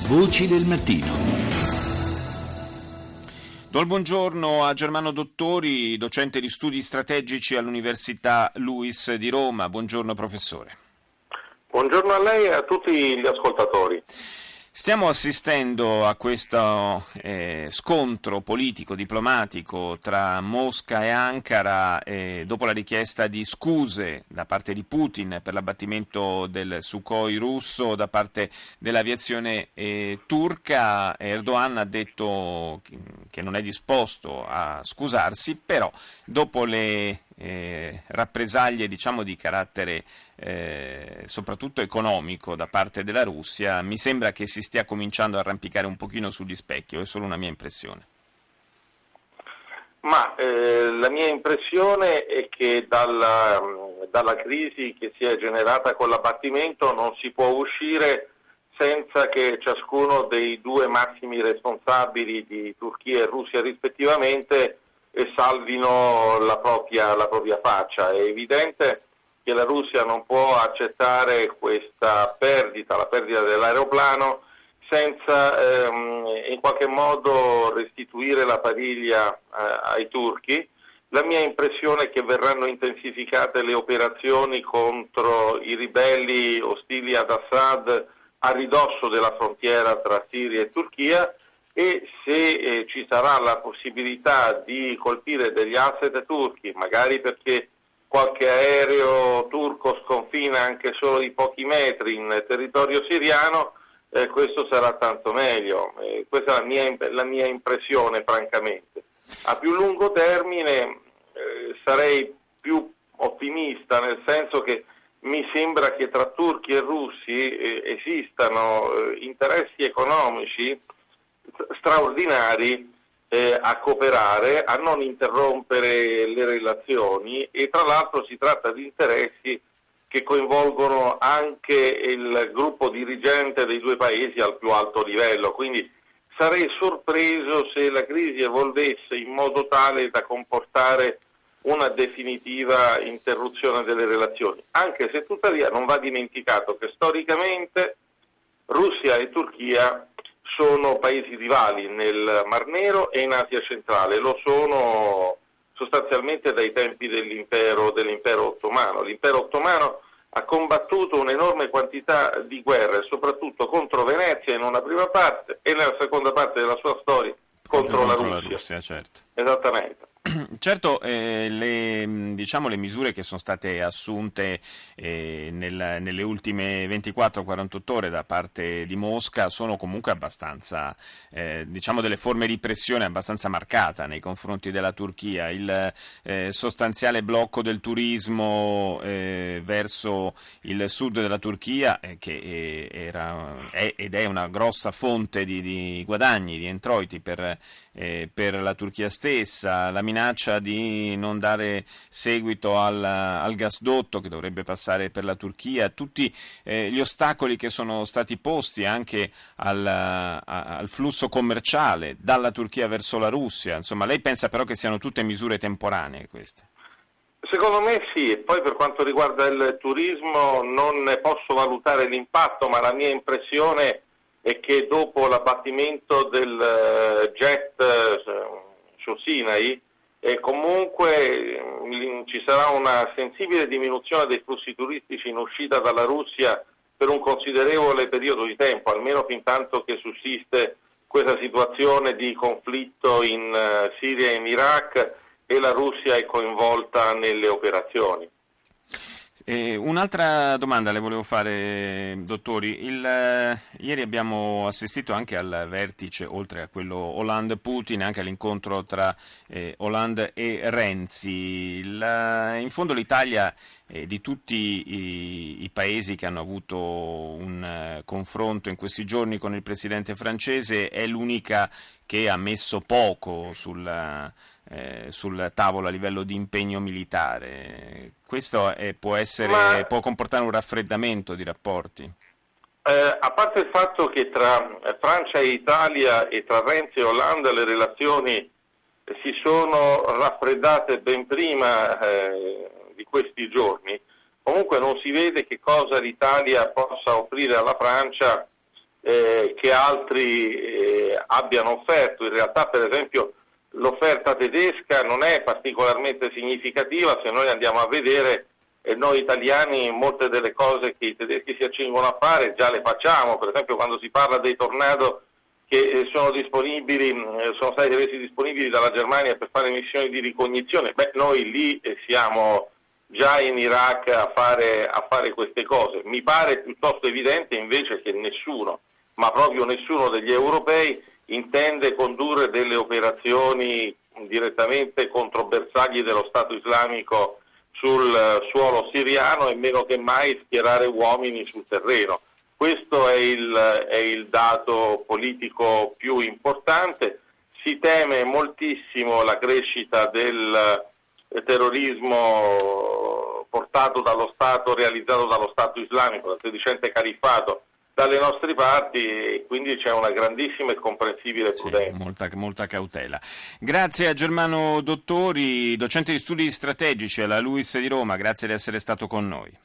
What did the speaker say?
Voci del mattino. Do il buongiorno a Germano Dottori, docente di studi strategici all'Università Luis di Roma. Buongiorno professore. Buongiorno a lei e a tutti gli ascoltatori. Stiamo assistendo a questo scontro politico-diplomatico tra Mosca e Ankara dopo la richiesta di scuse da parte di Putin per l'abbattimento del Sukhoi russo da parte dell'aviazione turca. Erdogan ha detto che non è disposto a scusarsi, però dopo le rappresaglie di carattere soprattutto economico da parte della Russia, mi sembra che si stia cominciando a arrampicare un pochino sugli specchi, o è solo una mia impressione? La mia impressione è che dalla crisi che si è generata con l'abbattimento non si può uscire senza che ciascuno dei due massimi responsabili di Turchia e Russia rispettivamente salvino la propria faccia. È evidente che la Russia non può accettare questa perdita, la perdita dell'aeroplano, senza in qualche modo restituire la pariglia ai turchi. La mia impressione è che verranno intensificate le operazioni contro i ribelli ostili ad Assad a ridosso della frontiera tra Siria e Turchia, e se ci sarà la possibilità di colpire degli asset turchi, magari perché qualche aereo turco sconfina anche solo di pochi metri in territorio siriano, questo sarà tanto meglio. Questa è la mia impressione, francamente. A più lungo termine sarei più ottimista, nel senso che mi sembra che tra turchi e russi esistano interessi economici straordinari a cooperare, a non interrompere le relazioni, e tra l'altro si tratta di interessi che coinvolgono anche il gruppo dirigente dei due paesi al più alto livello, quindi sarei sorpreso se la crisi evolvesse in modo tale da comportare una definitiva interruzione delle relazioni, anche se tuttavia non va dimenticato che storicamente Russia e Turchia sono paesi rivali nel Mar Nero e in Asia centrale, lo sono sostanzialmente dai tempi dell'impero ottomano. L'impero ottomano ha combattuto un'enorme quantità di guerre, soprattutto contro Venezia in una prima parte e nella seconda parte della sua storia contro la Russia. Certo. Esattamente. Certo, le misure che sono state assunte nelle ultime 24-48 ore da parte di Mosca sono comunque abbastanza, delle forme di pressione abbastanza marcata nei confronti della Turchia. Il sostanziale blocco del turismo verso il sud della Turchia, che è una grossa fonte di guadagni, di introiti per la Turchia stessa, la minaccia di non dare seguito al gasdotto che dovrebbe passare per la Turchia, tutti gli ostacoli che sono stati posti anche al flusso commerciale dalla Turchia verso la Russia. Insomma, lei pensa però che siano tutte misure temporanee queste? Secondo me sì, e poi per quanto riguarda il turismo non ne posso valutare l'impatto, ma la mia impressione è che dopo l'abbattimento del jet su Sinai comunque ci sarà una sensibile diminuzione dei flussi turistici in uscita dalla Russia per un considerevole periodo di tempo, almeno fin tanto che sussiste questa situazione di conflitto in Siria e in Iraq e la Russia è coinvolta nelle operazioni. Un'altra domanda le volevo fare, dottori. Ieri abbiamo assistito anche al vertice, oltre a quello Hollande-Putin, anche all'incontro tra Hollande e Renzi. In fondo l'Italia, di tutti i paesi che hanno avuto un confronto in questi giorni con il presidente francese, è l'unica che ha messo poco sul tavolo a livello di impegno militare. Questo può comportare un raffreddamento di rapporti? A parte il fatto che tra Francia e Italia e tra Renzi e Hollande le relazioni si sono raffreddate ben prima di questi giorni, comunque non si vede che cosa l'Italia possa offrire alla Francia che altri abbiano offerto. In realtà, per esempio, l'offerta tedesca non è particolarmente significativa se noi andiamo a vedere. E noi italiani molte delle cose che i tedeschi si accingono a fare già le facciamo. Per esempio, quando si parla dei Tornado che sono disponibili, sono stati resi disponibili dalla Germania per fare missioni di ricognizione, noi lì siamo già in Iraq a fare queste cose. Mi pare piuttosto evidente invece che nessuno, ma proprio nessuno degli europei intende condurre delle operazioni direttamente contro bersagli dello Stato islamico sul suolo siriano e meno che mai schierare uomini sul terreno. Questo è il dato politico più importante. Si teme moltissimo la crescita del terrorismo portato dallo Stato, realizzato dallo Stato islamico, dal sedicente califfato, dalle nostre parti, e quindi c'è una grandissima e comprensibile prudenza. Molta cautela. Grazie a Germano Dottori, docente di studi strategici alla LUISS di Roma, grazie di essere stato con noi.